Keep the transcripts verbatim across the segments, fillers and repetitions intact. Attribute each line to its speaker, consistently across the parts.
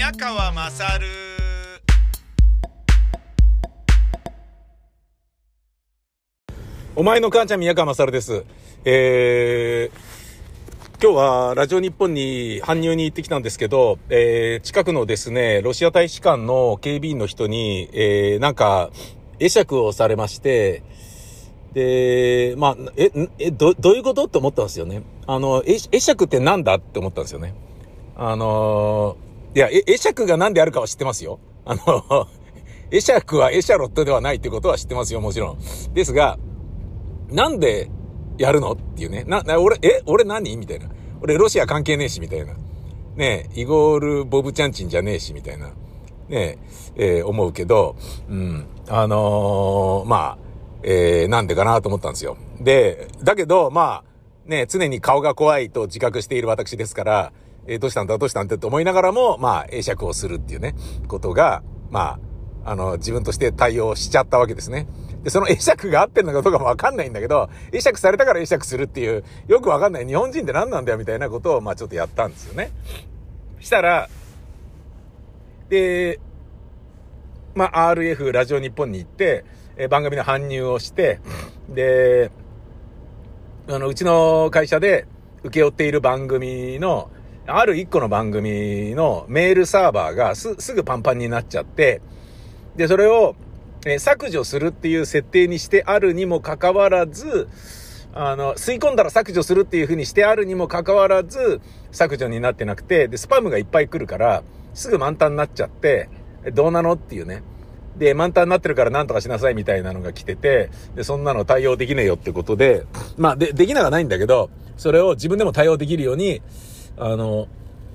Speaker 1: 宮川勝。
Speaker 2: お前の母ちゃん宮川勝です。えー、今日はラジオ日本に搬入に行ってきたんですけど、えー、近くのですね、ロシア大使館の警備員の人に、えー、なんか、会釈をされまして、で、まあ、え、え、ど、どういうことって思ったんですよね。あの、会釈ってなんだって思ったんですよね。あのー、いや、会釈がなんであるかは知ってますよ。あの、会釈はエシャロットではないってことは知ってますよ、もちろん。ですが、なんでやるのっていうね。な、な、俺、え、俺何みたいな。俺ロシア関係ねえし、みたいな。ねえ、イゴール・ボブチャンチンじゃねえし、みたいな。ねえ、えー、思うけど、うん。あのー、まあ、えー、なんでかなと思ったんですよ。で、だけど、まあ、ね、常に顔が怖いと自覚している私ですから、えー、どうしたんだ、どうしたんだって思いながらも、まあ、会釈をするっていうね、ことが、まあ、あの、自分として対応しちゃったわけですね。で、その会釈が合ってるのかどうかもわかんないんだけど、会釈されたから会釈するっていう、よくわかんない日本人って何なんだよみたいなことを、まあちょっとやったんですよね。したら、で、まあ アールエフ ラジオ日本に行って、えー、番組の搬入をして、で、あの、うちの会社で請け負っている番組の、ある一個の番組のメールサーバーがす、すぐパンパンになっちゃって、で、それを、えー、削除するっていう設定にしてあるにもかかわらず、あの、吸い込んだら削除するっていう風にしてあるにもかかわらず、削除になってなくて、で、スパムがいっぱい来るから、すぐ満タンになっちゃって、どうなのっていうね。で、満タンになってるから何とかしなさいみたいなのが来てて、で、そんなの対応できねえよってことで、まあ、で、できながないんだけど、それを自分でも対応できるように、あの、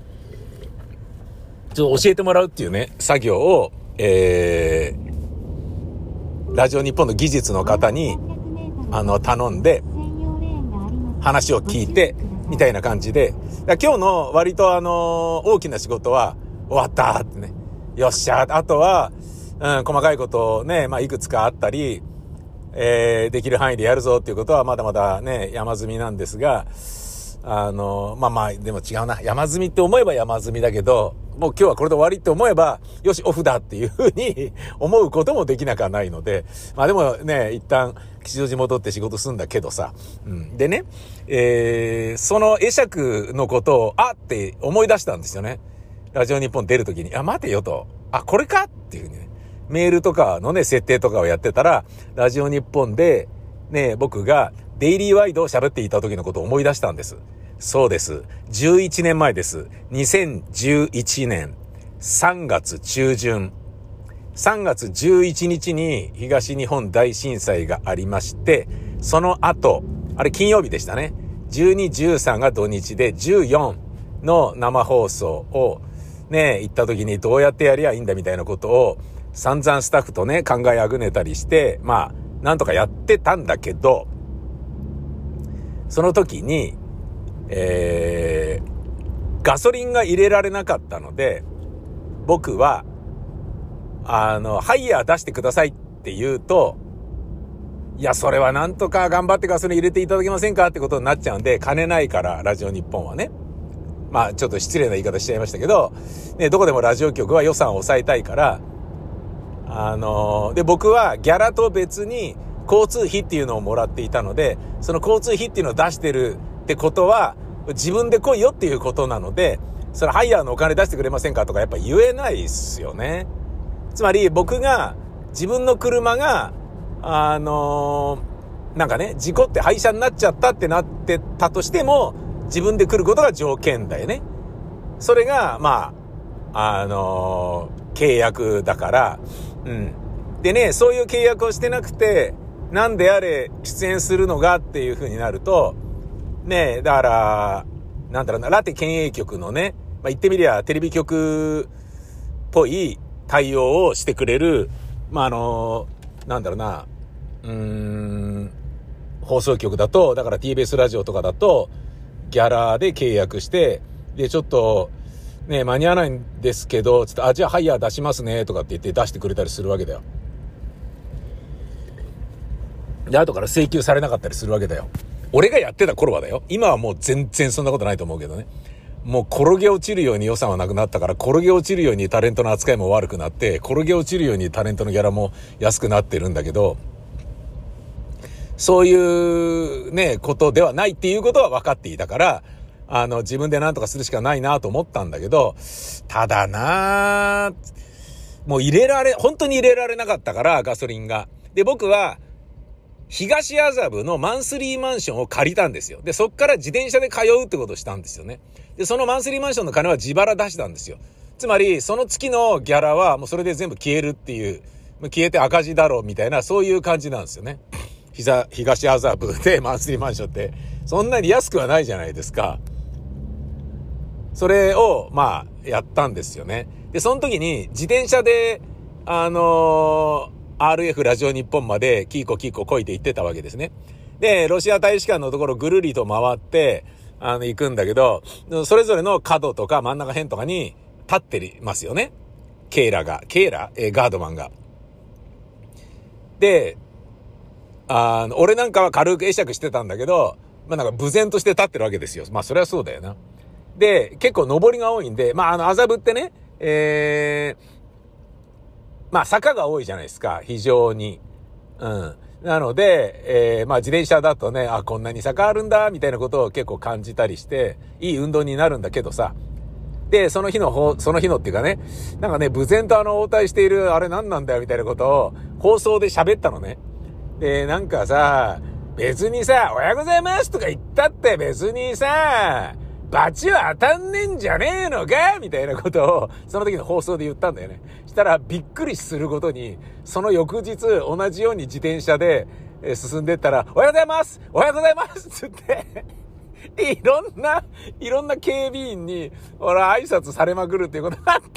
Speaker 2: ちょっと教えてもらうっていうね、作業を、えー、ラジオ日本の技術の方に、あの、頼んで、話を聞いて、みたいな感じで、今日の割とあの、大きな仕事は、終わったってね。よっしゃ、あとは、うん、細かいことをね、まあ、いくつかあったり、えー、できる範囲でやるぞっていうことは、まだまだね、山積みなんですが、あの、まあまあ、でも違うな。山積みって思えば山積みだけど、もう今日はこれで終わりって思えば、よし、オフだっていうふうに思うこともできなくはないので、まあでもね、一旦吉祥寺戻って仕事すんだけどさ、うん。でね、えー、その会釈のことを、あって思い出したんですよね。ラジオ日本出るときに、あ、待てよと、あ、これかっていうふうにね、メールとかのね、設定とかをやってたら、ラジオ日本で、ね、僕がデイリーワイドを喋っていた時のことを思い出したんです。そうです。じゅういちねんまえです。にせんじゅういちねんさんがつ中旬。さんがつじゅういちにちに東日本大震災がありまして、その後、あれ金曜日でしたね。じゅうに、じゅうさんが土日でじゅうよんの生放送をね、行った時にどうやってやりゃいいんだみたいなことを散々スタッフとね、考えあぐねたりして、まあ、なんとかやってたんだけど、その時に、えー、ガソリンが入れられなかったので、僕は、あの、ハイヤー出してくださいって言うと、いや、それはなんとか頑張ってガソリン入れていただけませんかってことになっちゃうんで、金ないから、ラジオ日本はね。まあ、ちょっと失礼な言い方しちゃいましたけど、ね、どこでもラジオ局は予算を抑えたいから、あのー、で、僕はギャラと別に交通費っていうのをもらっていたので、その交通費っていうのを出してるってことは、自分で来いよっていうことなので、そのハイヤーのお金出してくれませんかとかやっぱ言えないっすよね。つまり僕が、自分の車が、あのー、なんかね、事故って廃車になっちゃったってなってたとしても、自分で来ることが条件だよね。それが、まあ、あのー、契約だから、うん。でね、そういう契約をしてなくて、なんであれ出演するのがっていう風になると、ね、だから、なんだろうな、ラテ県営局のね、まあ、言ってみりゃテレビ局っぽい対応をしてくれる、まあ、あのー、なんだろうな、うーん、放送局だと、だから ティービーエス ラジオとかだと、ギャラで契約して、で、ちょっと、ね、間に合わないんですけど、つって、あ、じゃあハイヤー出しますね、とかって言って出してくれたりするわけだよ。で、後から請求されなかったりするわけだよ。俺がやってた頃はだよ。今はもう全然そんなことないと思うけどね。 もう転げ落ちるように予算はなくなったから、転げ落ちるようにタレントの扱いも悪くなって、転げ落ちるようにタレントのギャラも安くなってるんだけど、そういうね、ことではないっていうことは分かっていたから、あの、自分で何とかするしかないなと思ったんだけど、ただなもう入れられ、本当に入れられなかったから、ガソリンが。で、僕は、東麻布のマンスリーマンションを借りたんですよ。で、そっから自転車で通うってことをしたんですよね。で、そのマンスリーマンションの金は自腹出したんですよ。つまり、その月のギャラはもうそれで全部消えるっていう、消えて赤字だろうみたいな、そういう感じなんですよね。東麻布でマンスリーマンションって、そんなに安くはないじゃないですか。それを、まあ、やったんですよね。で、その時に自転車で、あのー、アールエフ ラジオ日本までキーコキーコこいて行ってたわけですね。で、ロシア大使館のところぐるりと回って、あの、行くんだけど、それぞれの角とか真ん中辺とかに立ってますよね。ケイラが、ケイラえー、ガードマンが。で、あの、俺なんかは軽く会釈してたんだけど、まあなんか無然として立ってるわけですよ。まあそれはそうだよな。で、結構上りが多いんで、まああの、麻布ってね、えー、まあ坂が多いじゃないですか、非常に。うん。なので、えー、まあ自転車だとね、あ、こんなに坂あるんだ、みたいなことを結構感じたりして、いい運動になるんだけどさ。で、その日の、その日のっていうかね、なんかね、無然とあの応対している、あれ何なんだよ、みたいなことを放送で喋ったのね。で、なんかさ、別にさ、おはようございますとか言ったって別にさ、バチは当たんねんじゃねえのかみたいなことを、その時の放送で言ったんだよね。したらびっくりすることに、その翌日同じように自転車で進んでったら、おはようございますおはようございますつって、いろんな、いろんな警備員に、ほら、挨拶されまくるっていうことがあって、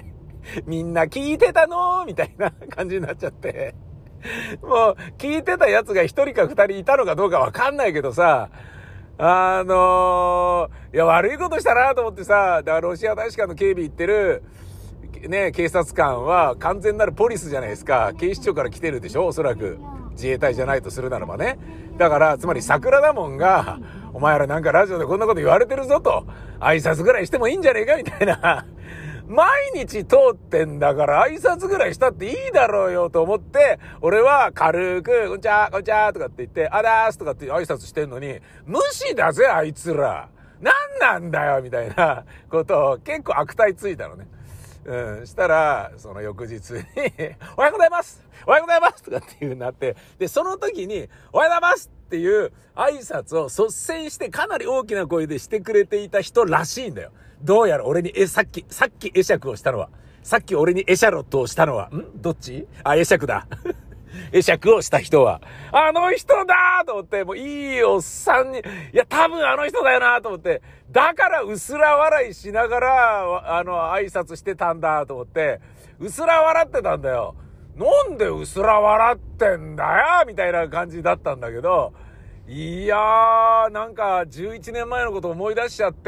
Speaker 2: みんな聞いてたのみたいな感じになっちゃって、もう、聞いてたやつが一人か二人いたのかどうかわかんないけどさ、あのー、いや、悪いことしたなと思ってさ、だからロシア大使館の警備行ってる、ね、警察官は完全なるポリスじゃないですか。警視庁から来てるでしょ、おそらく。自衛隊じゃないとするならばね。だから、つまり桜田門が、お前らなんかラジオでこんなこと言われてるぞと、挨拶ぐらいしてもいいんじゃねえかみたいな。毎日通ってんだから挨拶ぐらいしたっていいだろうよと思って、俺は軽く、こんにちは、こんにちはとかって言って、あだーすとかって挨拶してんのに、無視だぜあいつら。なんなんだよみたいなことを結構悪態ついたのね。うん、したら、その翌日に、おはようございますおはようございますとかっていう風になって、で、その時に、おはようございますっていう挨拶を率先してかなり大きな声でしてくれていた人らしいんだよ。どうやら俺に、え、さっき、さっき会釈をしたのは、さっき俺にエシャロットをしたのは、んどっちあ、会釈だ。会釈をした人は、あの人だと思って、もういいおっさんに、いや、多分あの人だよなと思って、だから薄ら笑いしながら、あの、挨拶してたんだと思って、薄ら笑ってたんだよ。なんで薄ら笑ってんだよみたいな感じだったんだけど、いやー、なんかじゅういちねんまえのこと思い出しちゃって、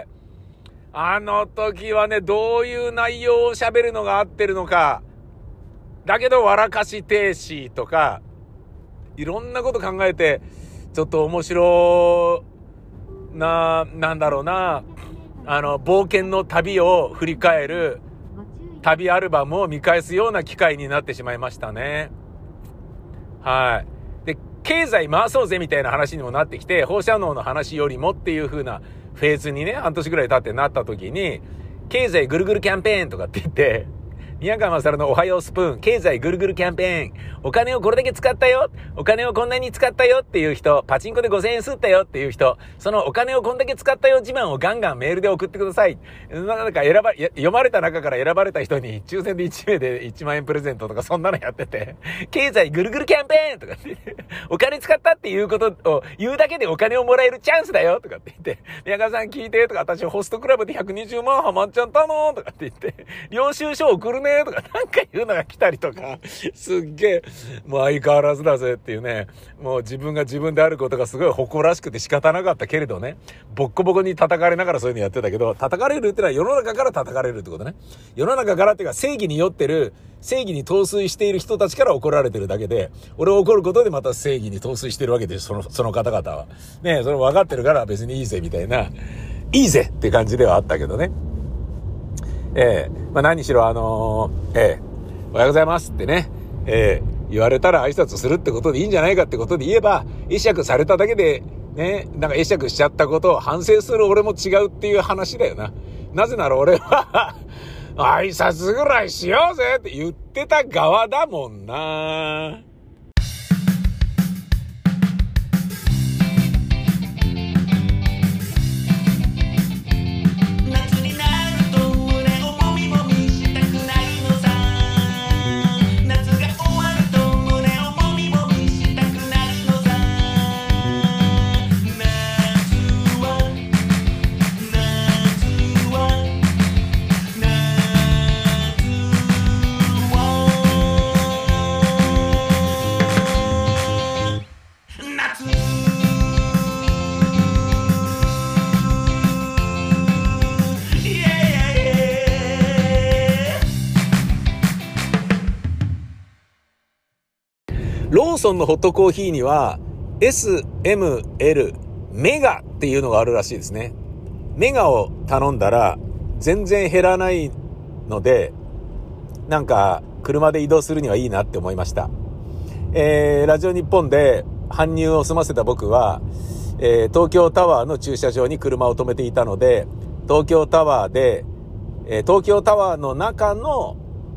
Speaker 2: あの時はね、どういう内容を喋るのが合ってるのか、だけど笑かし停止とか、いろんなこと考えて、ちょっと面白な、なんだろうな、あの、冒険の旅を振り返る旅アルバムを見返すような機会になってしまいましたね。はい。で、経済回そうぜみたいな話にもなってきて、放射能の話よりもっていう風なフェーズにね、半年ぐらい経ってなった時に、経済ぐるぐるキャンペーンとかって言って、宮川勝のおはようスプーン、経済ぐるぐるキャンペーン、お金をこれだけ使ったよ、お金をこんなに使ったよっていう人、パチンコでごせんえん吸ったよっていう人、そのお金をこんだけ使ったよ自慢をガンガンメールで送ってください。なんか選ば、読まれた中から選ばれた人に抽選でいちめいでいちまんえんプレゼントとかそんなのやってて、経済ぐるぐるキャンペーンとかって、お金使ったっていうことを言うだけでお金をもらえるチャンスだよとかって言って、宮川さん聞いてとか、私ホストクラブでひゃくにじゅうまんハマっちゃったのとかって言って、領収書送るねとかなんかいうのが来たりとか、すっげえ、もう相変わらずだぜっていうね、もう自分が自分であることがすごい誇らしくて仕方なかったけれどね、ボッコボコに叩かれながらそういうのやってたけど、叩かれるってのは世の中から叩かれるってことね。世の中からっていうか正義に酔ってる、正義に陶酔している人たちから怒られてるだけで、俺を怒ることでまた正義に陶酔してるわけです、その、その方々は。ねえ、それ分かってるから別にいいぜみたいないいぜって感じではあったけどね。ええまあ何しろあのー、ええおはようございますってね、ええ言われたら挨拶するってことでいいんじゃないかってことで言えば、会釈されただけでね、なんか会釈しちゃったことを反省する俺も違うっていう話だよな。なぜなら俺は挨拶ぐらいしようぜって言ってた側だもんな。ローソンのホットコーヒーには エス、エム、エル、メガっていうのがあるらしいですね。メガを頼んだら全然減らないので、なんか車で移動するにはいいなって思いました。えー、ラジオ日本で搬入を済ませた僕は、えー、東京タワーの駐車場に車を止めていたので、東京タワーで、えー、東京タワーの中の、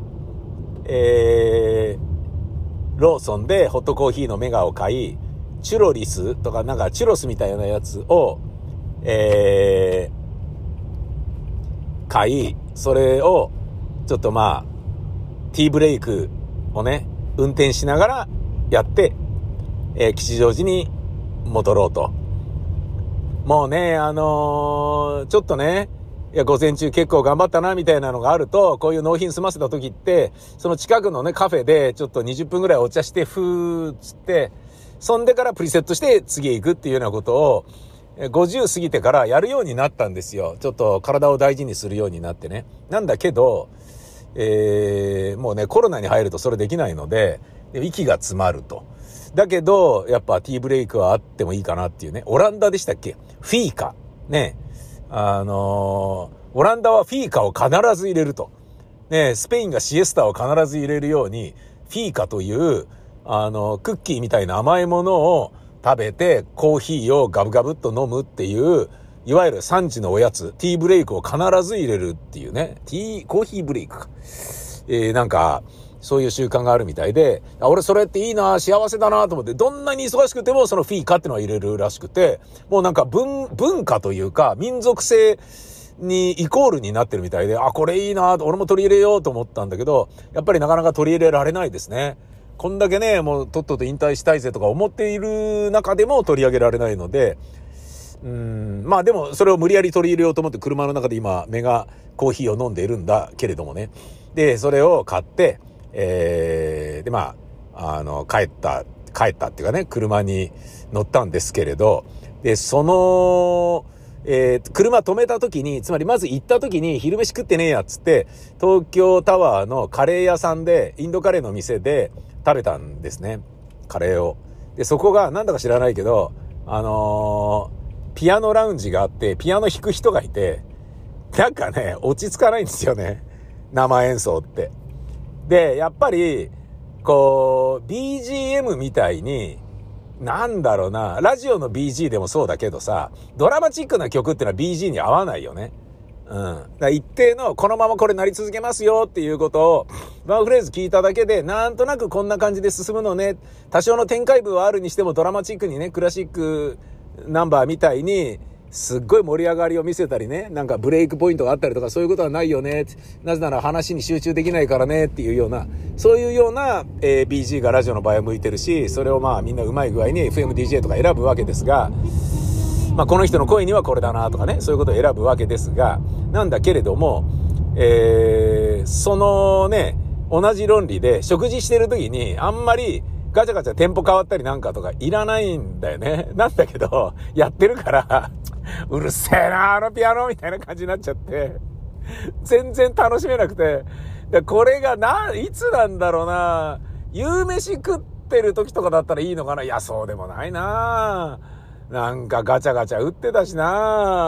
Speaker 2: えー、ローソンでホットコーヒーのメガを買い、チュロリスとかなんかチュロスみたいなやつを、えー、買い、それをちょっとまあティーブレイクをね運転しながらやって、えー、吉祥寺に戻ろうと。もうねあのー、ちょっとねいや午前中結構頑張ったなみたいなのがあると、こういう納品済ませた時ってその近くのねカフェでちょっとにじゅっぷんぐらいお茶してふーっつって、そんでからプリセットして次へ行くっていうようなことをごじゅう過ぎてからやるようになったんですよ。ちょっと体を大事にするようになってね。なんだけど、えー、もうねコロナに入るとそれできないので息が詰まると。だけどやっぱティーブレイクはあってもいいかなっていうね。オランダでしたっけ、フィーカね、あのー、オランダはフィーカを必ず入れるとね。スペインがシエスタを必ず入れるようにフィーカというあのクッキーみたいな甘いものを食べてコーヒーをガブガブっと飲むっていういわゆるさんじのおやつ、ティーブレイクを必ず入れるっていうね。ティーコーヒーブレイクか、えー、なんかそういう習慣があるみたいで、俺それっていいな幸せだなと思って、どんなに忙しくてもそのフィーカってのは入れるらしくて、もうなんか 文, 文化というか民族性にイコールになってるみたいで、あこれいいなと俺も取り入れようと思ったんだけど、やっぱりなかなか取り入れられないですね。こんだけねもうとっとと引退したいぜとか思っている中でも取り上げられないので、うーんまあでもそれを無理やり取り入れようと思って車の中で今メガコーヒーを飲んでいるんだけれどもね。でそれを買って、えー、でまああの帰った帰ったっていうかね車に乗ったんですけれど、でそのえー、車止めた時に、つまりまず行った時に昼飯食ってねえやっつって東京タワーのカレー屋さんでインドカレーの店で食べたんですね、カレーを。でそこがなんだか知らないけどあのー、ピアノラウンジがあってピアノ弾く人がいて、なんかね落ち着かないんですよね生演奏って。でやっぱりこう ビージーエム みたいになんだろうな、ラジオの ビージー でもそうだけどさ、ドラマチックな曲ってのは ビージー に合わないよね。うん。だから一定のこのままこれなり続けますよっていうことをワンフレーズ聞いただけでなんとなくこんな感じで進むのね。多少の展開部はあるにしてもドラマチックにね、クラシックナンバーみたいにすっごい盛り上がりを見せたりね、なんかブレイクポイントがあったりとかそういうことはないよね。なぜなら話に集中できないからねっていうような、そういうような、えー、ビージー がラジオの場合は向いてるし、それをまあみんなうまい具合に エフエムディージェー とか選ぶわけですが、まあこの人の声にはこれだなとかね、そういうことを選ぶわけですが、なんだけれども、えー、そのね、同じ論理で食事してる時にあんまりガチャガチャテンポ変わったりなんかとかいらないんだよね。なんだけど、やってるから、うるせえなあのピアノみたいな感じになっちゃって、全然楽しめなくて、でこれがな、いつなんだろうな、夕飯食ってる時とかだったらいいのかな。いや、そうでもないな。なんかガチャガチャ打ってたしな。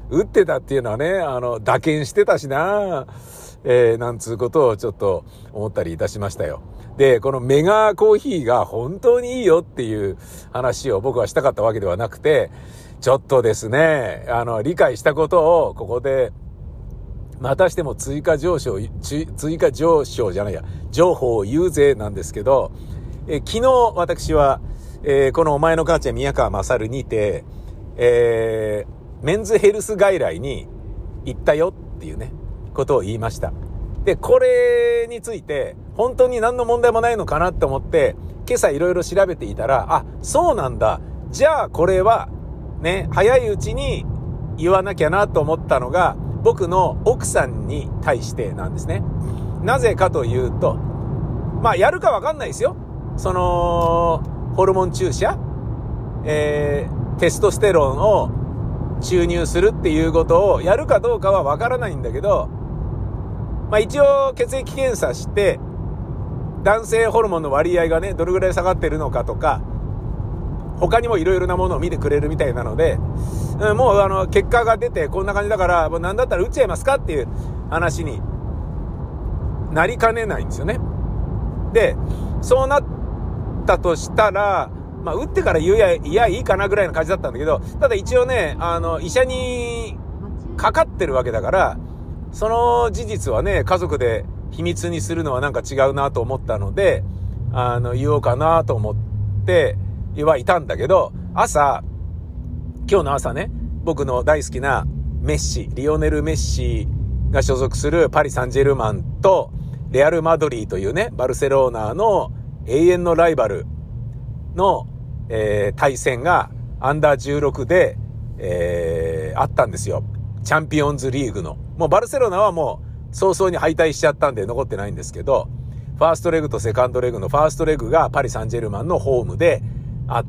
Speaker 2: 打ってたっていうのはね、あの、打鍵してたしな、えー、なんつうことをちょっと思ったりいたしましたよ。で、このメガコーヒーが本当にいいよっていう話を僕はしたかったわけではなくて、ちょっとですね、あの、理解したことをここで、またしても追加上昇、追加上昇じゃないや、情報を言うぜなんですけど、え昨日私は、えー、このお前の母ちゃん宮川勝にて、えー、メンズヘルス外来に行ったよっていうね、ことを言いました。で、これについて、本当に何の問題もないのかなって思って、今朝いろいろ調べていたら、あ、そうなんだ。じゃあこれは、ね、早いうちに言わなきゃなと思ったのが、僕の奥さんに対してなんですね。なぜかというと、まあやるかわかんないですよ。そのホルモン注射、えー、テストステロンを注入するっていうことをやるかどうかはわからないんだけど、まあ一応血液検査して男性ホルモンの割合がねどれぐらい下がってるのかとか、他にもいろいろなものを見てくれるみたいなので、うん、もうあの結果が出てこんな感じだから、もう何だったら打っちゃいますかっていう話になりかねないんですよね。で、そうなったとしたら、まあ打ってから言うやいやいいかなぐらいの感じだったんだけど、ただ一応ね、あの医者にかかってるわけだから、その事実はね家族で秘密にするのはなんか違うなと思ったので、あの言おうかなと思ってはいたんだけど、朝今日の朝ね、僕の大好きなメッシリオネル・メッシが所属するパリ・サンジェルマンとレアル・マドリーというねバルセロナの永遠のライバルの、えー、対戦がアンダーじゅうろくで、えー、あったんですよ。チャンピオンズリーグの。もうバルセロナはもう早々に敗退しちゃったんで残ってないんですけど、ファーストレグとセカンドレグのファーストレグがパリ・サンジェルマンのホームであって、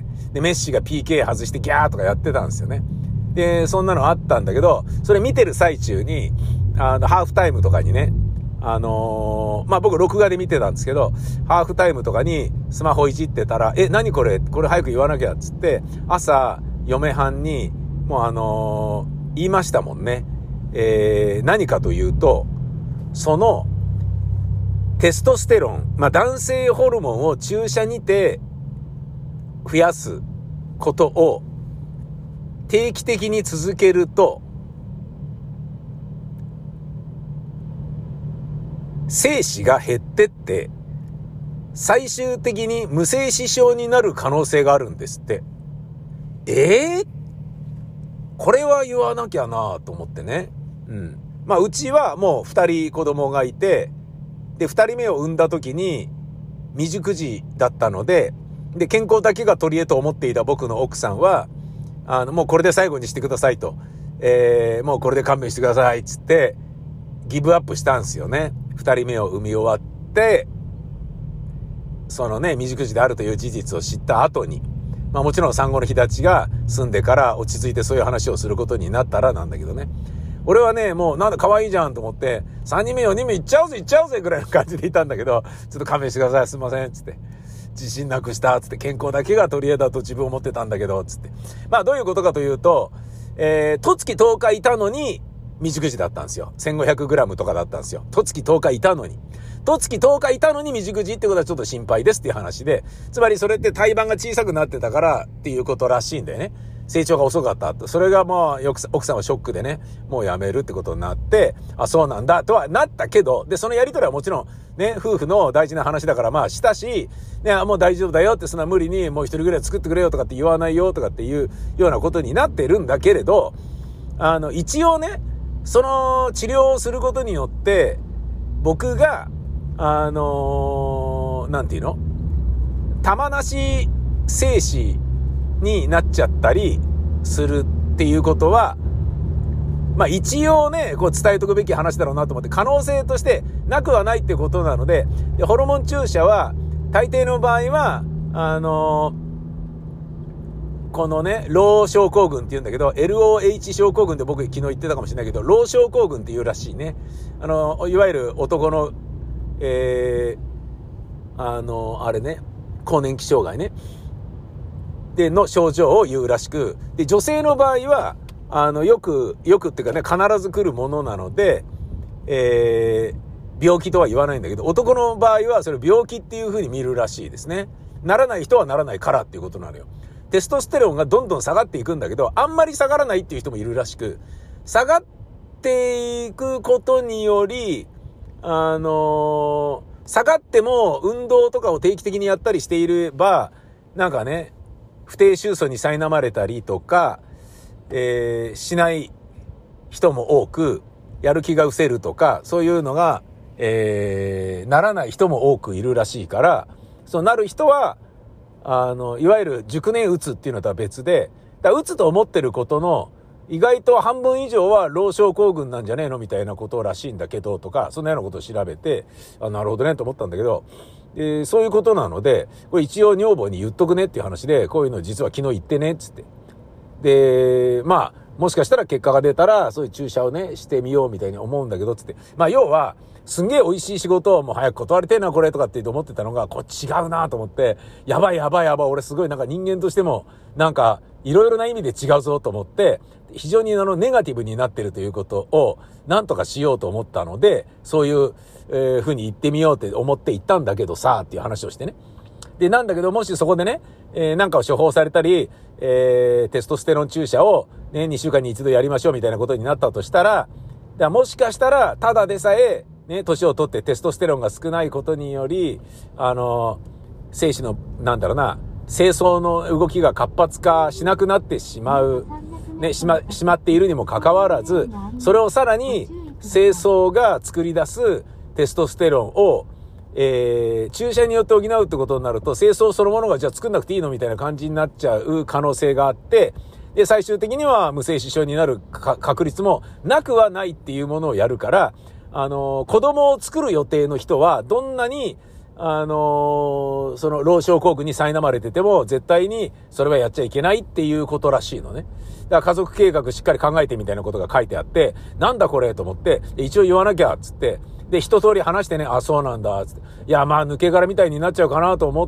Speaker 2: でメッシが ピーケー 外してギャーとかやってたんですよね。でそんなのあったんだけど、それ見てる最中にあのハーフタイムとかにね、あのー、まあ僕録画で見てたんですけど、ハーフタイムとかにスマホいじってたら、え何これこれ早く言わなきゃっつって朝嫁はんにもうあのー、言いましたもんね。えー、何かというと、そのテストステロン、まあ男性ホルモンを注射にて増やすことを定期的に続けると、精子が減ってって最終的に無精子症になる可能性があるんですって。えー、これは言わなきゃなと思ってね。うん。まあうちはもう二人子供がいて、で二人目を産んだ時に未熟児だったので、で健康だけが取り柄と思っていた僕の奥さんは、あのもうこれで最後にしてくださいと、えー、もうこれで勘弁してくださいっつってギブアップしたんですよね。二人目を産み終わって、そのね未熟児であるという事実を知った後に、まあもちろん産後の日立ちが済んでから落ち着いてそういう話をすることになったらなんだけどね。俺はねもうなんだ可愛いじゃんと思ってさんにんめよにんめいっちゃおうぜいっちゃおうぜぐらいの感じでいたんだけど、ちょっと勘弁してくださいすいませんっつって、自信なくしたっつって、健康だけが取り柄だと自分思ってたんだけどつって、まあどういうことかというと、えー、とつきとおかいたのに未熟児だったんですよ。 せんごひゃくグラム とかだったんですよ。とつきとおかいたのにとつきとおかいたのに未熟児ってことはちょっと心配ですっていう話で、つまりそれって胎盤が小さくなってたからっていうことらしいんだよね。成長が遅かったと。それがまあ奥さんはショックでね、もうやめるってことになって、あそうなんだとはなったけど、でそのやり取りはもちろんね夫婦の大事な話だからまあしたし、ねもう大丈夫だよって、そんな無理にもう一人ぐらい作ってくれよとかって言わないよとかっていうようなことになってるんだけれど、あの一応ねその治療をすることによって僕があのー、なんていうの玉なし精子になっちゃったりするっていうことは、まあ一応ねこう伝えとくべき話だろうなと思って、可能性としてなくはないってことなので、でホルモン注射は大抵の場合はあのー、このねロー症候群っていうんだけど エルオーエイチ 症候群で僕昨日言ってたかもしれないけど、ロー症候群っていうらしいね。あのいわゆる男のえー、あのあれね更年期障害ねでの症状を言うらしく、で女性の場合はあの、よく、よくっていうかね、必ず来るものなので、えー、病気とは言わないんだけど、男の場合はそれ病気っていう風に見るらしいですね。ならない人はならないからっていうことなのよ。テストステロンがどんどん下がっていくんだけど、あんまり下がらないっていう人もいるらしく、下がっていくことにより、あのー、下がっても運動とかを定期的にやったりしていれば、なんかね、不定収素に苛まれたりとか、えー、しない人も多く、やる気が失せるとか、そういうのが、えー、ならない人も多くいるらしいから、そうなる人は、あの、いわゆる熟年うつっていうのとは別で、だうつと思ってることの、意外と半分以上は老症候群なんじゃねえのみたいなことらしいんだけど、とか、そんなようなことを調べて、あ、なるほどねと思ったんだけど、えー、そういうことなので、これ一応女房に言っとくねっていう話で、こういうの実は昨日言ってねっつって。で、まあ、もしかしたら結果が出たら、そういう注射をね、してみようみたいに思うんだけど、つって。まあ、要は、すんげえ美味しい仕事をもう早く断りてえな、これとかって言って思ってたのが、こっち違うなと思って、やばいやばいやばい、俺すごいなんか人間としても、なんか、いろいろな意味で違うぞと思って、非常にあの、ネガティブになってるということを、なんとかしようと思ったので、そういう、えー、風に言ってみようって思って行ったんだけどさ、っていう話をしてね。で、なんだけど、もしそこでね、えー、なんかを処方されたり、えー、テストステロン注射をね、にしゅうかんに一度やりましょうみたいなことになったとしたら、だもしかしたら、ただでさえ、ね、年を取ってテストステロンが少ないことにより、あの、精子の、なんだろうな、精巣の動きが活発化しなくなってしまう、ね、しま、しまっているにもかかわらず、それをさらに、精巣が作り出すテストステロンを、えー、注射によって補うってことになると、精巣そのものがじゃあ作んなくていいのみたいな感じになっちゃう可能性があって、で、最終的には無精子症になる確率もなくはないっていうものをやるから、あのー、子供を作る予定の人は、どんなに、あのー、その、老症候群に苛まれてても、絶対にそれはやっちゃいけないっていうことらしいのね。だから家族計画しっかり考えてみたいなことが書いてあって、なんだこれと思って、一応言わなきゃ、つって、で、一通り話してね、あ、そうなんだ、つって。いや、まあ、抜け殻みたいになっちゃうかなと思った、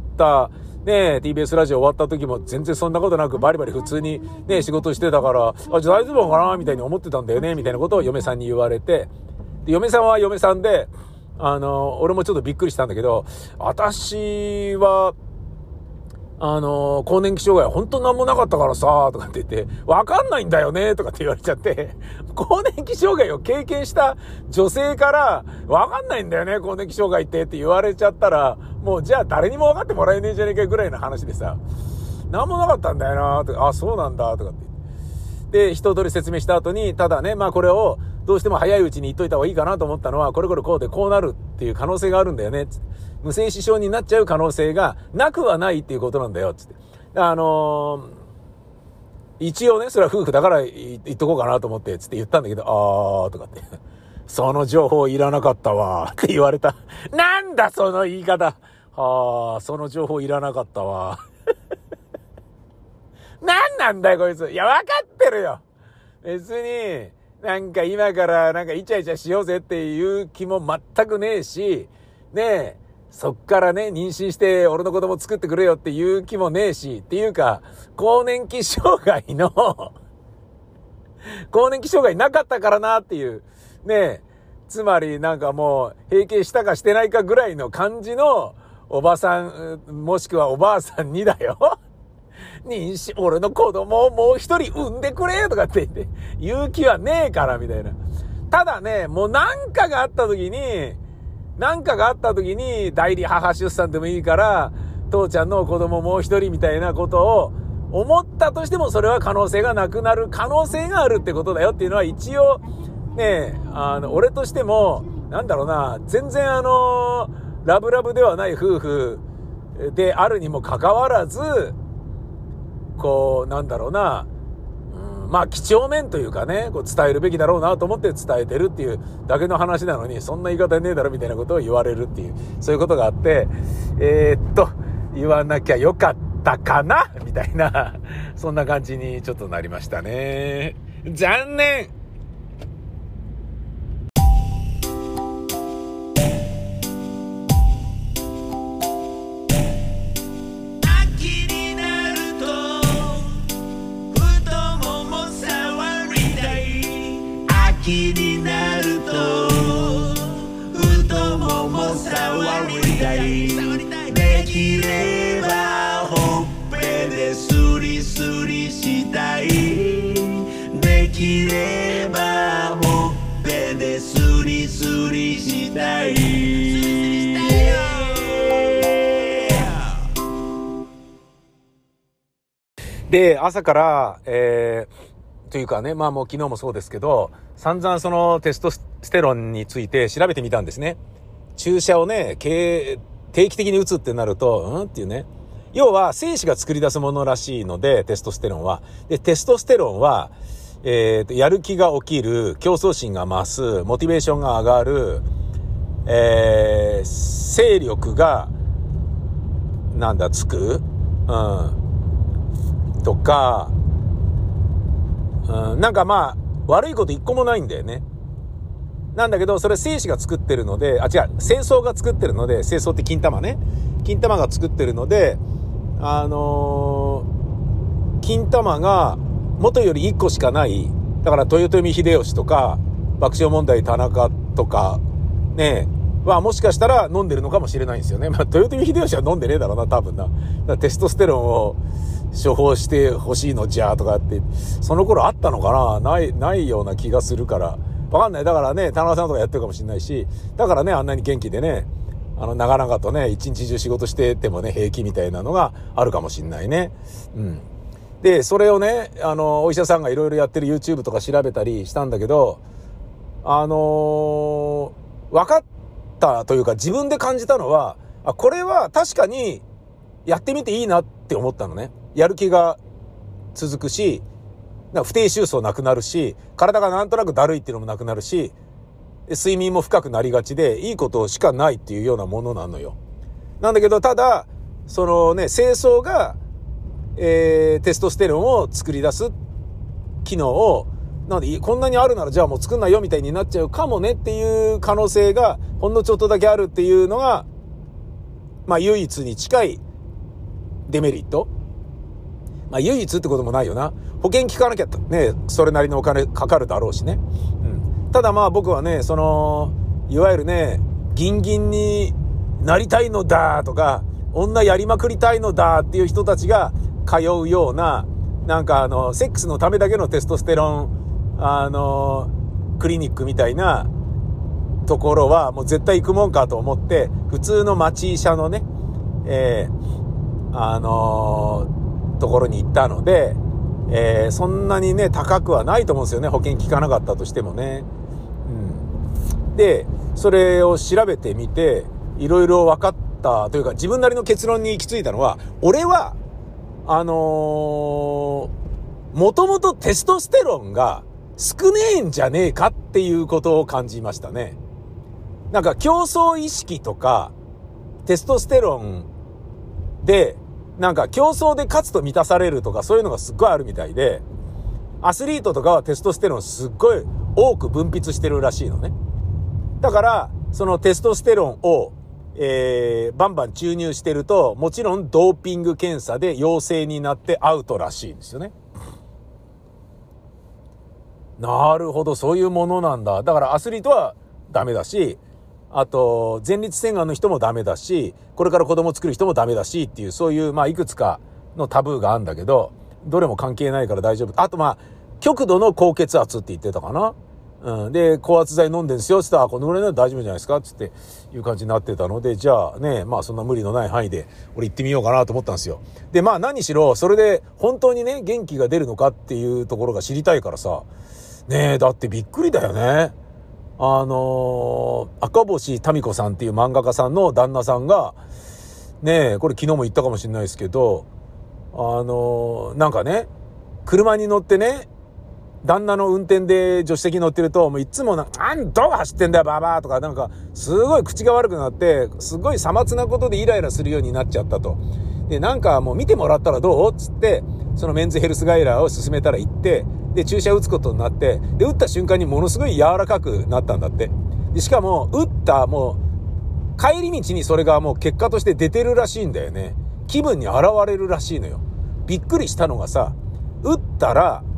Speaker 2: ねえ、ティービーエス ラジオ終わった時も全然そんなことなくバリバリ普通にね、仕事してたから、あ、じゃあ大丈夫かなみたいに思ってたんだよね、みたいなことを嫁さんに言われて、で、嫁さんは嫁さんで、あの、俺もちょっとびっくりしたんだけど、私は、あの、更年期障害本当なんもなかったからさ、とかって言って、わかんないんだよね、とかって言われちゃって、更年期障害を経験した女性から、わかんないんだよね、更年期障害ってって言われちゃったら、もうじゃあ誰にもわかってもらえねえじゃねえかぐらいの話でさ、なんもなかったんだよな、とか、あ、そうなんだ、とかって。で、一通り説明した後に、ただね、まあこれを、どうしても早いうちに言っといた方がいいかなと思ったのは、これこれこうでこうなるっていう可能性があるんだよね、つって。無精子症になっちゃう可能性がなくはないっていうことなんだよ、つって。あのー、一応ね、それは夫婦だから言っとこうかなと思って、つって言ったんだけど、あーとかって。その情報いらなかったわ、って言われた。なんだその言い方。はー、その情報いらなかったわ。なんなんだよ、こいつ。いや、わかってるよ。別に、なんか今からなんかイチャイチャしようぜっていう気も全くねえし、ねえ、そっからね、妊娠して俺の子供作ってくれよっていう気もねえし、っていうか、更年期障害の、更年期障害なかったからなっていう、ねえ、つまりなんかもう、閉経したかしてないかぐらいの感じの、おばさん、もしくはおばあさんにだよ。妊娠、俺の子供をもう一人産んでくれとかって言って、言う気はねえからみたいな。ただね、もうなんかがあった時に、なんかがあった時に、代理母出産でもいいから、父ちゃんの子供もう一人みたいなことを思ったとしても、それは可能性がなくなる可能性があるってことだよっていうのは一応、ね、あの、俺としても、なんだろうな、全然あの、ラブラブではない夫婦であるにもかかわらず、こう、なんだろうな、うん、まあ、几帳面というかね、こう伝えるべきだろうなと思って伝えてるっていうだけの話なのに、そんな言い方ねえだろみたいなことを言われるっていう、そういうことがあって、えー、っと、言わなきゃよかったかなみたいな、そんな感じにちょっとなりましたね。残念。
Speaker 1: 秋になると太もも触り気になると太もも触りたいできればほっぺでスリスリしたいできればほっぺでスリスリしたい
Speaker 2: で、朝から、えー、というかね、まあもう昨日もそうですけど、散々そのテストステロンについて調べてみたんですね。注射をね、定期的に打つってなると、うんっていうね。要は精子が作り出すものらしいので、テストステロンは。で、テストステロンは、えー、やる気が起きる、競争心が増す、モチベーションが上がる、えー、勢力が、なんだ、つくうん。とか、うん、なんかまあ、悪いこと一個もないんだよね。なんだけど、それ精子が作ってるので、あ、違う、精巣が作ってるので、精巣って金玉ね。金玉が作ってるので、あのー、金玉が元より一個しかない。だから、豊臣秀吉とか、爆笑問題田中とか、ね、はもしかしたら飲んでるのかもしれないんですよね。まあ、豊臣秀吉は飲んでねえだろうな、多分な。だからテストステロンを処方してほしいのじゃとかって、その頃あったのかなない、ないような気がするから。わかんない。だからね、田中さんとかやってるかもしれないし、だからね、あんなに元気でね、あの、長々とね、一日中仕事しててもね、平気みたいなのがあるかもしれないね。うん。で、それをね、あの、お医者さんがいろいろやってる YouTube とか調べたりしたんだけど、あのー、分かったというか自分で感じたのは、あ、これは確かにやってみていいなって思ったのね。やる気が続くし、不定収束なくなるし、体がなんとなくだるいっていうのもなくなるし、睡眠も深くなりがちで、いいことしかないっていうようなものなのよ。なんだけど、ただ、そのね、精巣が、えー、テストステロンを作り出す機能を、なんで、こんなにあるならじゃあもう作んないよみたいになっちゃうかもねっていう可能性が、ほんのちょっとだけあるっていうのが、まあ唯一に近いデメリット。まあ唯一ってこともないよな。保険聞かなきゃね、それなりのお金かかるだろうしね。うん。ただまあ僕はね、その、いわゆるね、ギンギンになりたいのだとか、女やりまくりたいのだっていう人たちが通うような、なんかあの、セックスのためだけのテストステロン、あの、クリニックみたいなところはもう絶対行くもんかと思って、普通の町医者のね、えー、あのー、ところに行ったので、えー、そんなにね、高くはないと思うんですよね。保険効かなかったとしてもね。うん。で、それを調べてみて、いろいろ分かったというか、自分なりの結論に行き着いたのは、俺は、あのー、もともとテストステロンが少ねえんじゃねえかっていうことを感じましたね。なんか競争意識とか、テストステロンで、なんか競争で勝つと満たされるとかそういうのがすっごいあるみたいで、アスリートとかはテストステロンすっごい多く分泌してるらしいのね。だから、そのテストステロンを、えー、バンバン注入してると、もちろんドーピング検査で陽性になってアウトらしいんですよね。なるほど、そういうものなんだ。だからアスリートはダメだし、あと前立腺がんの人もダメだし、これから子供作る人もダメだしっていう、そういうまあいくつかのタブーがあるんだけど、どれも関係ないから大丈夫。あとまあ極度の高血圧って言ってたかな。うん、で高圧剤飲んでんですよって言ったら、このぐらいなら大丈夫じゃないですかつっていう感じになってたので、じゃあね、まあそんな無理のない範囲で俺行ってみようかなと思ったんですよ。でまあ何しろそれで本当にね元気が出るのかっていうところが知りたいからさ、ねえだってびっくりだよね。あのー、赤星民子さんっていう漫画家さんの旦那さんがねえ、これ昨日も言ったかもしれないですけど、あのー、なんかね車に乗ってね、旦那の運転で助手席に乗ってると、もういつもな、あんどこ走ってんだよババアとか、なんかすごい口が悪くなって、すごいさまつなことでイライラするようになっちゃったと。でなんかもう見てもらったらどうっつって、そのメンズヘルスガイラーを勧めたら行って、で注射打つことになって、で打った瞬間にものすごい柔らかくなったんだって。でしかも打ったもう帰り道にそれがもう結果として出てるらしいんだよね。気分に現れるらしいのよ。びっくりしたのがさ、打ったら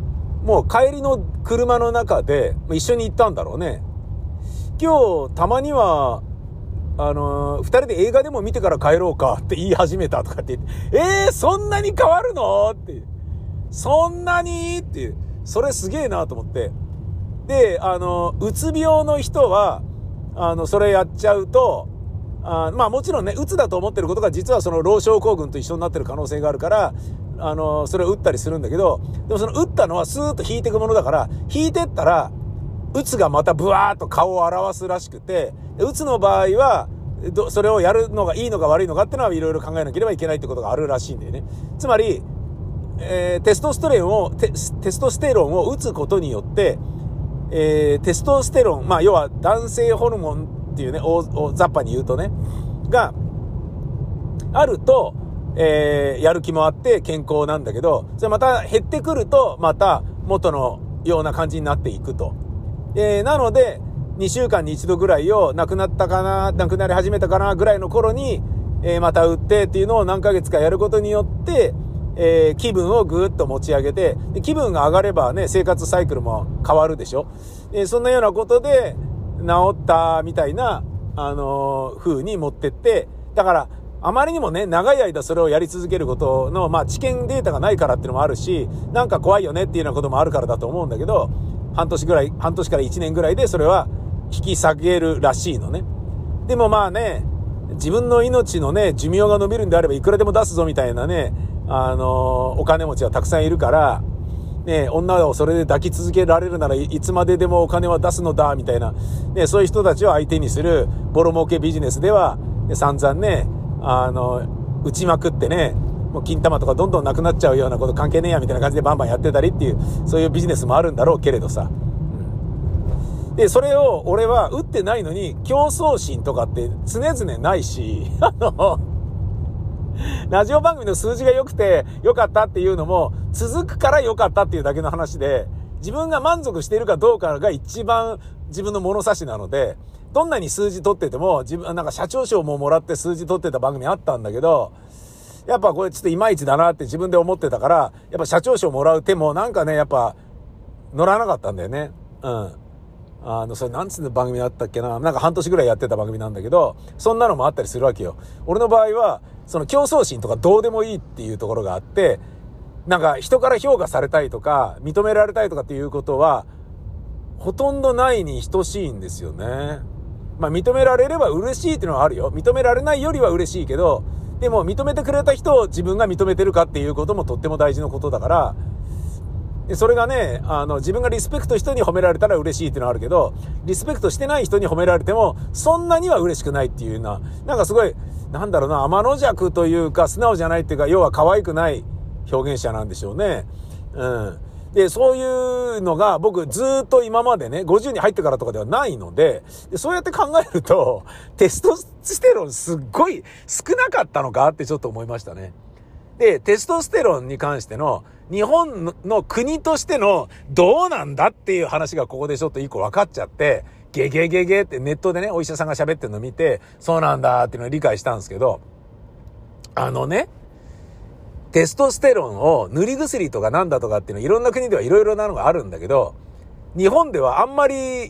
Speaker 2: もう帰りの車の中で一緒に行ったんだろうね。今日たまにはあのー、二人で映画でも見てから帰ろうかって言い始めたとかって言って、えー、そんなに変わるのって、そんなにっていう、それすげえなと思って。で、あのー、うつ病の人は、あの、それやっちゃうと、あまあもちろんね、うつだと思ってることが実はその老症候群と一緒になってる可能性があるから、あのー、それを打ったりするんだけど、でもその打ったのはスーッと引いていくものだから、引いてったら、うつがまたブワーッと顔を表すらしくて、うつの場合は、それをやるのがいいのか悪いのかっていうのはいろいろ考えなければいけないってことがあるらしいんだよね。つまり、えー、テストステロンをテ、テストステロンを打つことによって、えー、テストステロン、まあ要は男性ホルモンっていうね、大雑把に言うとね、があると、えー、やる気もあって健康なんだけど、それまた減ってくるとまた元のような感じになっていくと。えー、なのでにしゅうかんに一度ぐらいを亡くなったかな、亡くなり始めたかなぐらいの頃に、えー、また打ってっていうのを何ヶ月かやることによって、えー、気分をぐーっと持ち上げて、で気分が上がればね、生活サイクルも変わるでしょ。えー、そんなようなことで治ったみたいな、あのー、風に持ってって、だからあまりにもね、長い間それをやり続けることの、まあ知見データがないからっていうのもあるし、なんか怖いよねっていうようなこともあるからだと思うんだけど、半年ぐらい、半年からいちねんぐらいでそれは引き下げるらしいのね。でもまあね、自分の命のね、寿命が伸びるんであればいくらでも出すぞみたいなね、あのー、お金持ちはたくさんいるから、ね、女をそれで抱き続けられるならいつまででもお金は出すのだみたいな、ね、そういう人たちを相手にするボロ儲けビジネスでは、ね、散々ね、あの打ちまくってね、もう金玉とかどんどんなくなっちゃうようなこと関係ねえやみたいな感じでバンバンやってたりっていう、そういうビジネスもあるんだろうけれどさ、うん、でそれを俺は打ってないのに競争心とかって常々ないし、あのラジオ番組の数字が良くて良かったっていうのも続くから良かったっていうだけの話で、自分が満足しているかどうかが一番自分の物差しなので、どんなに数字取ってても、自分なんか社長賞ももらって数字取ってた番組あったんだけど、やっぱこれちょっといまいちだなって自分で思ってたから、やっぱ社長賞もらう手もなんかね、やっぱ乗らなかったんだよね。うん。あの、それなんつうの番組だったっけな。なんか半年ぐらいやってた番組なんだけど、そんなのもあったりするわけよ。俺の場合は、その競争心とかどうでもいいっていうところがあって、なんか人から評価されたいとか、認められたいとかっていうことは、ほとんどないに等しいんですよね。まあ認められれば嬉しいっていうのはあるよ。認められないよりは嬉しいけど、でも認めてくれた人を自分が認めてるかっていうこともとっても大事なことだから、でそれがね、あの自分がリスペクトした人に褒められたら嬉しいっていうのはあるけど、リスペクトしてない人に褒められてもそんなには嬉しくないっていうような、なんかすごいなんだろうな、天の弱というか素直じゃないっていうか、要は可愛くない表現者なんでしょうね。うん。で、そういうのが僕ずっと今までね、ごじゅうに入ってからとかではないので、でそうやって考えると、テストステロンすっごい少なかったのかってちょっと思いましたね。で、テストステロンに関しての日本の国としてのどうなんだっていう話がここでちょっと一個分かっちゃって、ゲゲゲゲってネットでね、お医者さんが喋ってるのを見て、そうなんだっていうのを理解したんですけど、あのね、テストステロンを塗り薬とかなんだとかっていうのいろんな国ではいろいろなのがあるんだけど、日本ではあんまり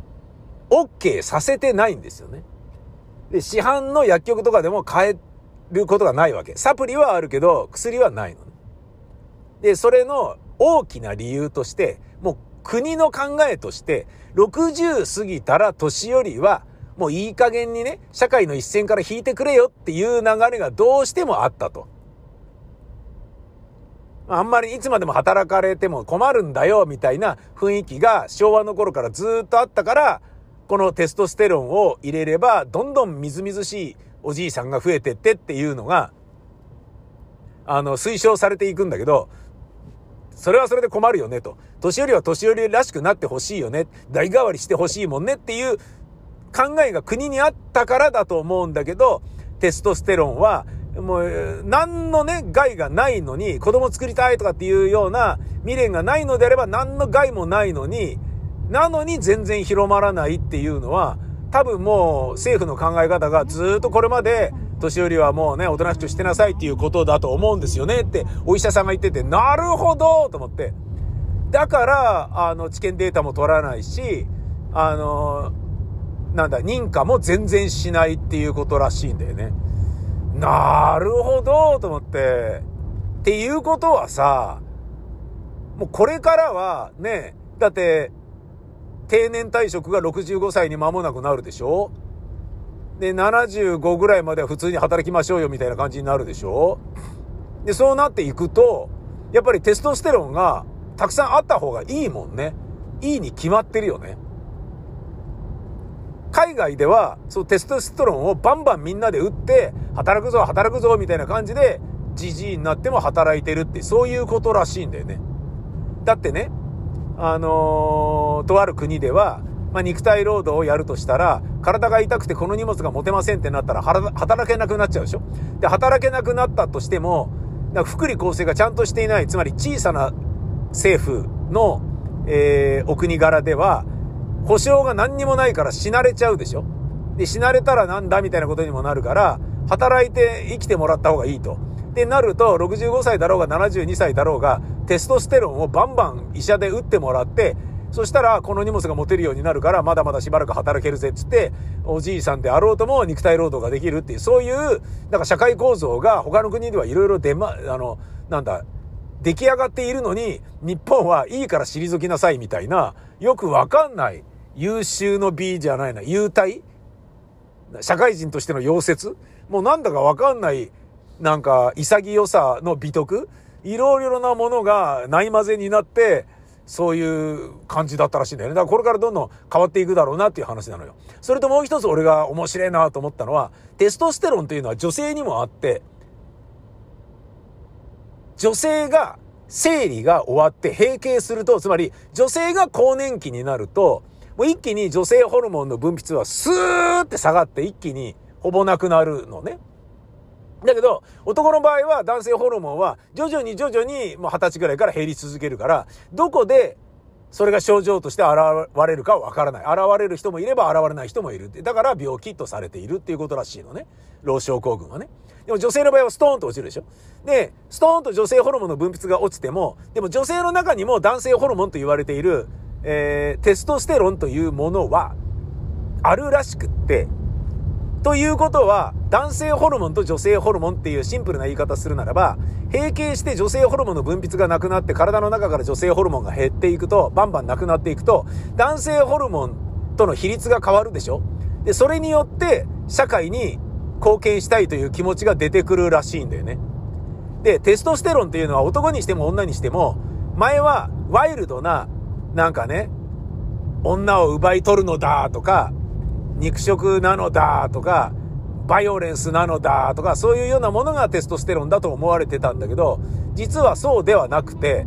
Speaker 2: OK させてないんですよね。で、市販の薬局とかでも買えることがないわけ。サプリはあるけど薬はないのね。で、それの大きな理由として、もう国の考えとして、ろくじゅう過ぎたら年寄りはもういい加減にね、社会の一線から引いてくれよっていう流れがどうしてもあったと。あんまりいつまでも働かれても困るんだよみたいな雰囲気が昭和の頃からずっとあったから、このテストステロンを入れればどんどんみずみずしいおじいさんが増えてってっていうのがあの推奨されていくんだけど、それはそれで困るよねと。年寄りは年寄りらしくなってほしいよね。代替わりしてほしいもんねっていう考えが国にあったからだと思うんだけど、テストステロンはもう何のね害がないのに、子供作りたいとかっていうような未練がないのであれば何の害もないのに、なのに全然広まらないっていうのは、多分もう政府の考え方がずっとこれまで年寄りはもうねおとなしくしてなさいっていうことだと思うんですよねってお医者さんが言ってて、なるほどと思って、 だから、あの、治験データも取らないし、あの、なんだ、認可も全然しないっていうことらしいんだよね。なるほど、と思って。っていうことはさ、もうこれからはね、だって、定年退職がろくじゅうごさいに間もなくなるでしょ？で、ななじゅうごぐらいまでは普通に働きましょうよみたいな感じになるでしょ？で、そうなっていくと、やっぱりテストステロンがたくさんあった方がいいもんね。いいに決まってるよね。海外では、そうテストステロンをバンバンみんなで打って、働くぞ、働くぞ、みたいな感じで、じじいになっても働いてるって、そういうことらしいんだよね。だってね、あのー、とある国では、まあ、肉体労働をやるとしたら、体が痛くてこの荷物が持てませんってなったら、働けなくなっちゃうでしょ。で、働けなくなったとしても、福利厚生がちゃんとしていない、つまり小さな政府の、えー、お国柄では、保証が何にもないから死なれちゃうでしょ。で、死なれたらなんだみたいなことにもなるから、働いて生きてもらった方がいいと。で、なると、ろくじゅうごさいだろうがななじゅうにさいだろうが、テストステロンをバンバン医者で打ってもらって、そしたらこの荷物が持てるようになるから、まだまだしばらく働けるぜっつって、おじいさんであろうとも肉体労働ができるっていう、そういう、なんか社会構造が他の国ではいろいろ出ま、あの、なんだ、出来上がっているのに、日本はいいから退きなさいみたいな、よくわかんない、優秀の美じゃないな、優待社会人としての溶接もうなんだかわかんない、なんか潔さの美徳いろいろなものがない混ぜになって、そういう感じだったらしいんだよね。だからこれからどんどん変わっていくだろうなっていう話なのよ。それともう一つ俺が面白いなと思ったのは、テストステロンというのは女性にもあって、女性が生理が終わって閉経すると、つまり女性が更年期になると、もう一気に女性ホルモンの分泌はスーって下がって一気にほぼなくなるのね。だけど男の場合は男性ホルモンは徐々に徐々にもう二十歳ぐらいから減り続けるから、どこでそれが症状として現れるかはわからない。現れる人もいれば現れない人もいる。だから病気とされているっていうことらしいのね。労症候群はね。でも女性の場合はストーンと落ちるでしょ。で、ストーンと女性ホルモンの分泌が落ちても、でも女性の中にも男性ホルモンと言われている、えー、テストステロンというものはあるらしくって、ということは男性ホルモンと女性ホルモンっていうシンプルな言い方するならば、閉経して女性ホルモンの分泌がなくなって体の中から女性ホルモンが減っていくと、バンバンなくなっていくと、男性ホルモンとの比率が変わるでしょ。で、それによって社会に貢献したいという気持ちが出てくるらしいんだよね。で、テストステロンっていうのは男にしても女にしても、前はワイルドな、なんかね、女を奪い取るのだとか、肉食なのだとか、バイオレンスなのだとか、そういうようなものがテストステロンだと思われてたんだけど、実はそうではなくて、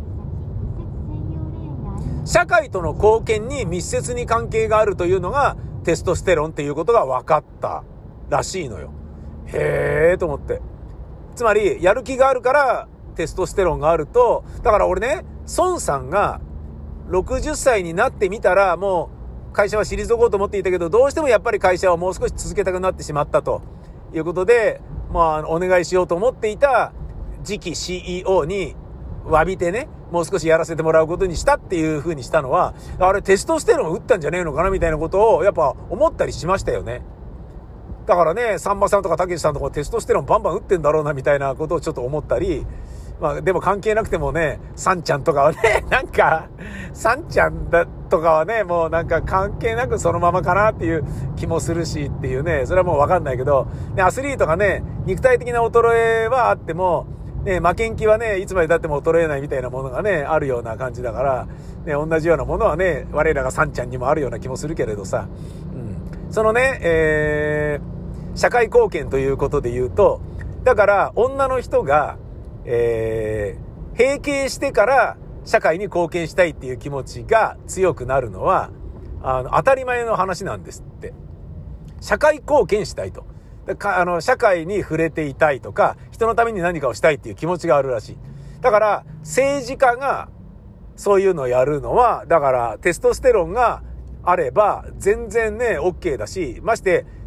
Speaker 2: 社会との貢献に密接に関係があるというのがテストステロンっていうことが分かったらしいのよ。へーと思って。つまりやる気があるからテストステロンがあると、だから俺ね、孫さんがろくじゅっさいになってみたらもう会社は退こうと思っていたけど、どうしてもやっぱり会社をもう少し続けたくなってしまったということで、まあお願いしようと思っていた次期 シーイーオー に詫びてね、もう少しやらせてもらうことにしたっていう風にしたのは、あれテストステロン打ったんじゃねえのかなみたいなことをやっぱ思ったりしましたよね。だからね、さんまさんとかたけしさんとかテストステロンバンバン打ってんだろうなみたいなことをちょっと思ったり、まあでも関係なくてもね、サンちゃんとかはね、なんかサンちゃんだとかはね、もうなんか関係なくそのままかなっていう気もするしっていうね、それはもうわかんないけど、ね、アスリートがね、肉体的な衰えはあってもね、負けん気はね、いつまで経っても衰えないみたいなものがね、あるような感じだから、ね、同じようなものはね、我らがサンちゃんにもあるような気もするけれどさ、うん、そのね、えー、社会貢献ということで言うと、だから女の人がえー、閉経してから社会に貢献したいっていう気持ちが強くなるのはあの当たり前の話なんですって。社会貢献したいと、かあの社会に触れていたいとか、人のために何かをしたいっていう気持ちがあるらしい。だから政治家がそういうのをやるのは、だからテストステロンがあれば全然ね OK だし、まして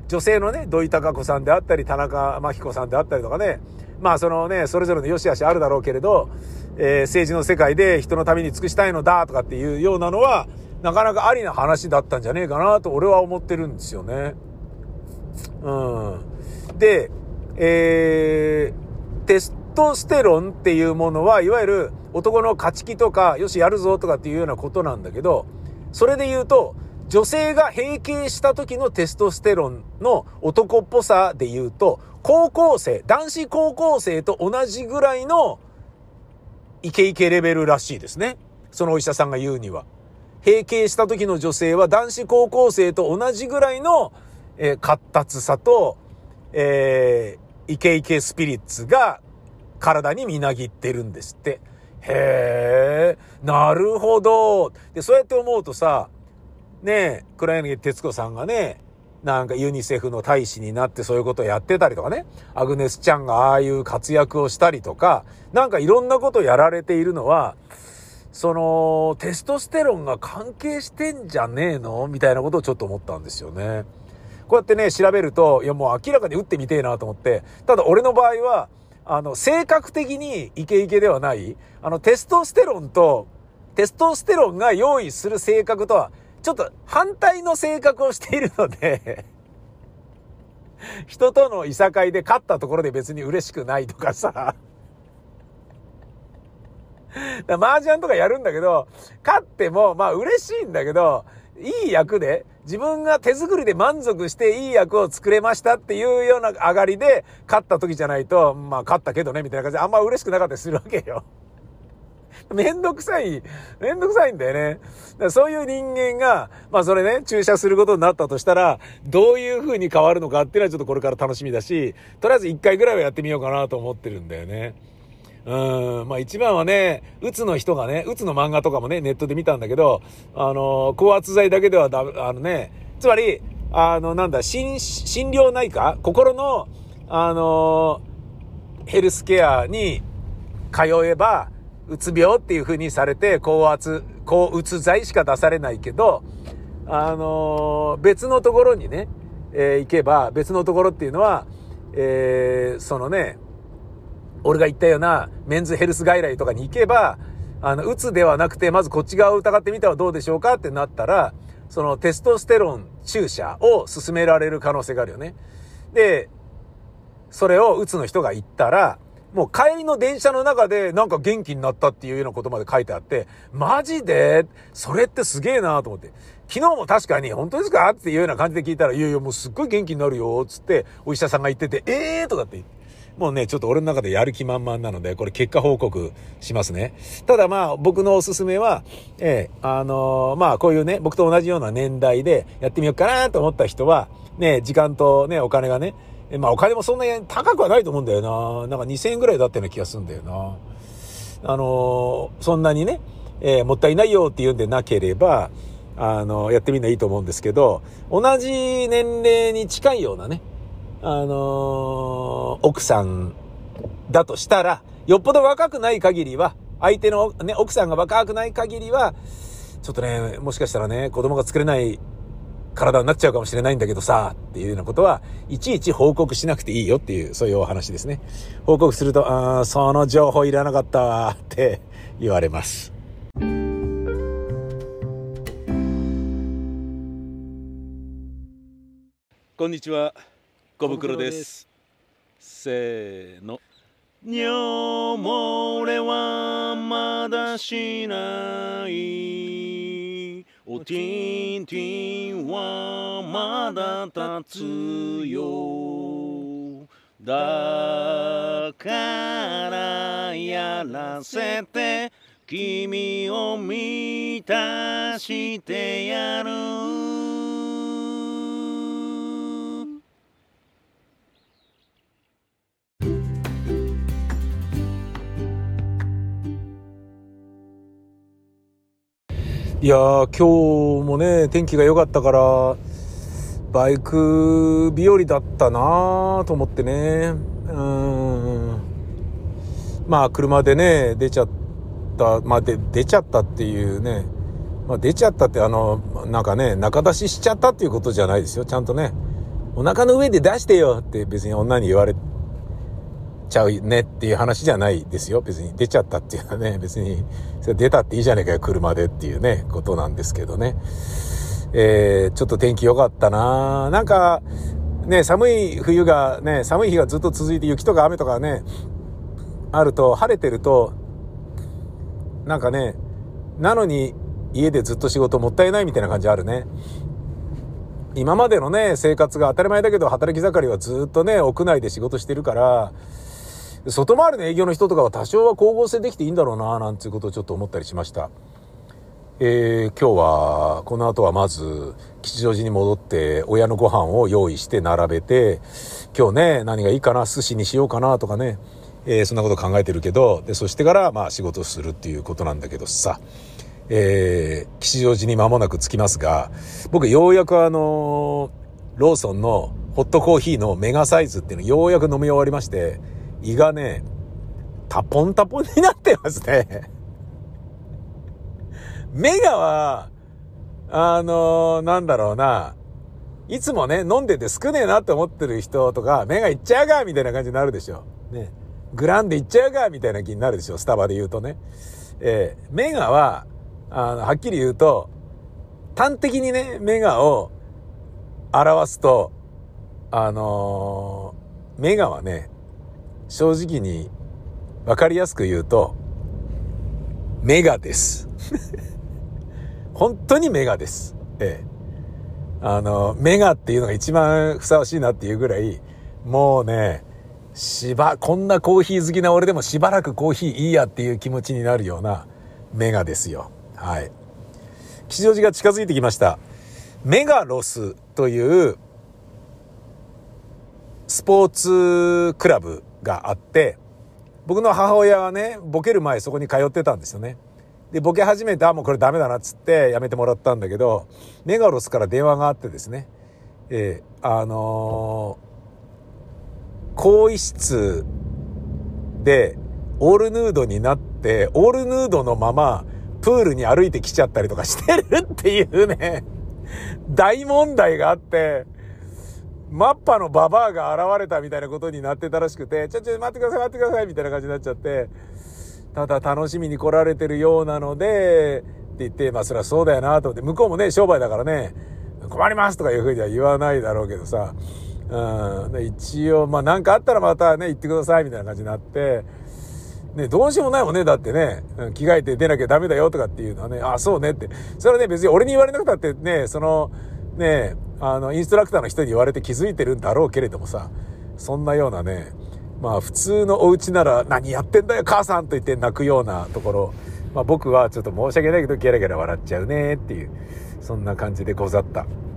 Speaker 2: 女性のね、土井孝子さんであったり、田中真紀子さんであったりとかね、まあそのね、それぞれの良し悪しあるだろうけれど、えー、政治の世界で人のために尽くしたいのだとかっていうようなのは、なかなかありな話だったんじゃねえかなと俺は思ってるんですよね。うん。で、えー、テストステロンっていうものは、いわゆる男の勝ち気とか、よしやるぞとかっていうようなことなんだけど、それで言うと、女性が閉経した時のテストステロンの男っぽさで言うと、高校生、男子高校生と同じぐらいのイケイケレベルらしいですね。そのお医者さんが言うには。閉経した時の女性は男子高校生と同じぐらいの、えー、活達さと、えー、イケイケスピリッツが体にみなぎってるんですって。へー、なるほど。で、そうやって思うとさ、ねえ、黒柳徹子さんがね、なんかユニセフの大使になってそういうことをやってたりとかね、アグネスちゃんがああいう活躍をしたりとか、なんかいろんなことをやられているのは、そのテストステロンが関係してんじゃねえのみたいなことをちょっと思ったんですよね。こうやってね、調べると、いやもう明らかに打ってみてえなと思って、ただ俺の場合は、あの、性格的にイケイケではない、あの、テストステロンと、テストステロンが用意する性格とは、ちょっと反対の性格をしているので人とのいさかいで勝ったところで別に嬉しくないとかさ麻雀とかやるんだけど、勝ってもまあ嬉しいんだけど、いい役で自分が手作りで満足していい役を作れましたっていうような上がりで勝った時じゃないと、まあ勝ったけどねみたいな感じであんま嬉しくなかったりするわけよ。めんどくさい、めんどくさいんだよね。だからそういう人間が、まあそれね、注射することになったとしたら、どういう風に変わるのかっていうのはちょっとこれから楽しみだし、とりあえず一回ぐらいはやってみようかなと思ってるんだよね。うん、まあ一番はね、うつの人がね、うつの漫画とかもね、ネットで見たんだけど、あの、高圧剤だけではだ、あのね、つまり、あの、なんだ、心、心療内科心の、あの、ヘルスケアに通えば、うつ病っていう風にされて、高圧、高うつ剤しか出されないけど、あのー、別のところにね、えー、行けば、別のところっていうのは、えー、そのね、俺が言ったようなメンズヘルス外来とかに行けば、あの、うつではなくて、まずこっち側を疑ってみてはどうでしょうかってなったら、そのテストステロン注射を勧められる可能性があるよね。で、それをうつの人が言ったら、もう帰りの電車の中でなんか元気になったっていうようなことまで書いてあって、マジでそれってすげえなと思って。昨日も確かに本当ですかっていうような感じで聞いたら、いやいやもうすっごい元気になるよつってお医者さんが言ってて、えーとかって言って。もうね、ちょっと俺の中でやる気満々なので、これ結果報告しますね。ただまあ僕のおすすめは、えー、あのー、まあこういうね、僕と同じような年代でやってみようかなと思った人は、ね、時間とね、お金がね、まあお金もそんなに高くはないと思うんだよな。なんかにせんえんぐらいだったような気がするんだよな。あのー、そんなにね、えー、もったいないよって言うんでなければ、あのー、やってみんないいと思うんですけど、同じ年齢に近いようなね、あのー、奥さんだとしたら、よっぽど若くない限りは、相手のね、奥さんが若くない限りは、ちょっとね、もしかしたらね、子供が作れない体になっちゃうかもしれないんだけどさっていうようなことはいちいち報告しなくていいよっていうそういうお話ですね。報告するとあーその情報いらなかったわって言われます。こんにちは、小袋です。せーの。尿漏れはまだしない、おティンティンはまだ立つよ、だからやらせて君を満たしてやる。いやー今日もね天気が良かったからバイク日和だったなと思ってね。うーんまあ車でね出ちゃったまあで出ちゃったっていうね、まあ、出ちゃったってあのなんかね中出ししちゃったっていうことじゃないですよ。ちゃんとねお腹の上で出してよって別に女に言われちゃうねっていう話じゃないですよ。別に出ちゃったっていうのはね、別にそれ出たっていいじゃねえかよ、車でっていうね、ことなんですけどね。えー、ちょっと天気良かったな。なんか、ね、寒い冬がね、寒い日がずっと続いて雪とか雨とかね、あると、晴れてると、なんかね、なのに家でずっと仕事もったいないみたいな感じあるね。今までのね、生活が当たり前だけど、働き盛りはずっとね、屋内で仕事してるから、外回りの営業の人とかは多少は光合成できていいんだろうな、なんていうことをちょっと思ったりしました。えー、今日は、この後はまず、吉祥寺に戻って、親のご飯を用意して並べて、今日ね、何がいいかな、寿司にしようかなとかね、えー、そんなこと考えてるけど、で、そしてから、まあ仕事をするっていうことなんだけどさ、えー、吉祥寺に間もなく着きますが、僕ようやくあのー、ローソンのホットコーヒーのメガサイズっていうのようやく飲み終わりまして、胃がね、タポンタポンになってますね。メガは、あのー、なんだろうな、いつもね、飲んでて少ねえなって思ってる人とか、メガいっちゃうがみたいな感じになるでしょ。ね。グランでいっちゃうがみたいな気になるでしょ。スタバで言うとね。えー、メガは、あの、はっきり言うと、端的にね、メガを表すと、あのー、メガはね、正直に分かりやすく言うと、メガです。本当にメガです。ええ。あの、メガっていうのが一番ふさわしいなっていうぐらい、もうね、しば、こんなコーヒー好きな俺でもしばらくコーヒーいいやっていう気持ちになるようなメガですよ。はい。吉祥寺が近づいてきました。メガロスというスポーツクラブがあって、僕の母親はね、ボケる前そこに通ってたんですよね。で、ボケ始めて、あ、もうこれダメだなっつってやめてもらったんだけど、メガロスから電話があってですね、えー、あのー、更衣室でオールヌードになって、オールヌードのままプールに歩いてきちゃったりとかしてるっていうね、大問題があって、マッパのババアが現れたみたいなことになってたらしくて、ちょちょ待ってください待ってくださいみたいな感じになっちゃって、ただ楽しみに来られてるようなのでって言って、まあそれはそうだよなと思って、向こうもね商売だからね、困りますとかいうふうには言わないだろうけどさ、うん、で一応まあ何かあったらまたね言ってくださいみたいな感じになって、ね、どうしようもないもんね。だってね、着替えて出なきゃダメだよとかっていうのはね、あ、そうねって。それはね、別に俺に言われなくたってね、その、ね、あの、インストラクターの人に言われて気づいてるんだろうけれどもさ、そんなようなね、まあ普通のお家なら何やってんだよ母さんと言って泣くようなところ、まあ僕はちょっと申し訳ないけどゲラゲラ笑っちゃうねっていう、そんな感じでござった。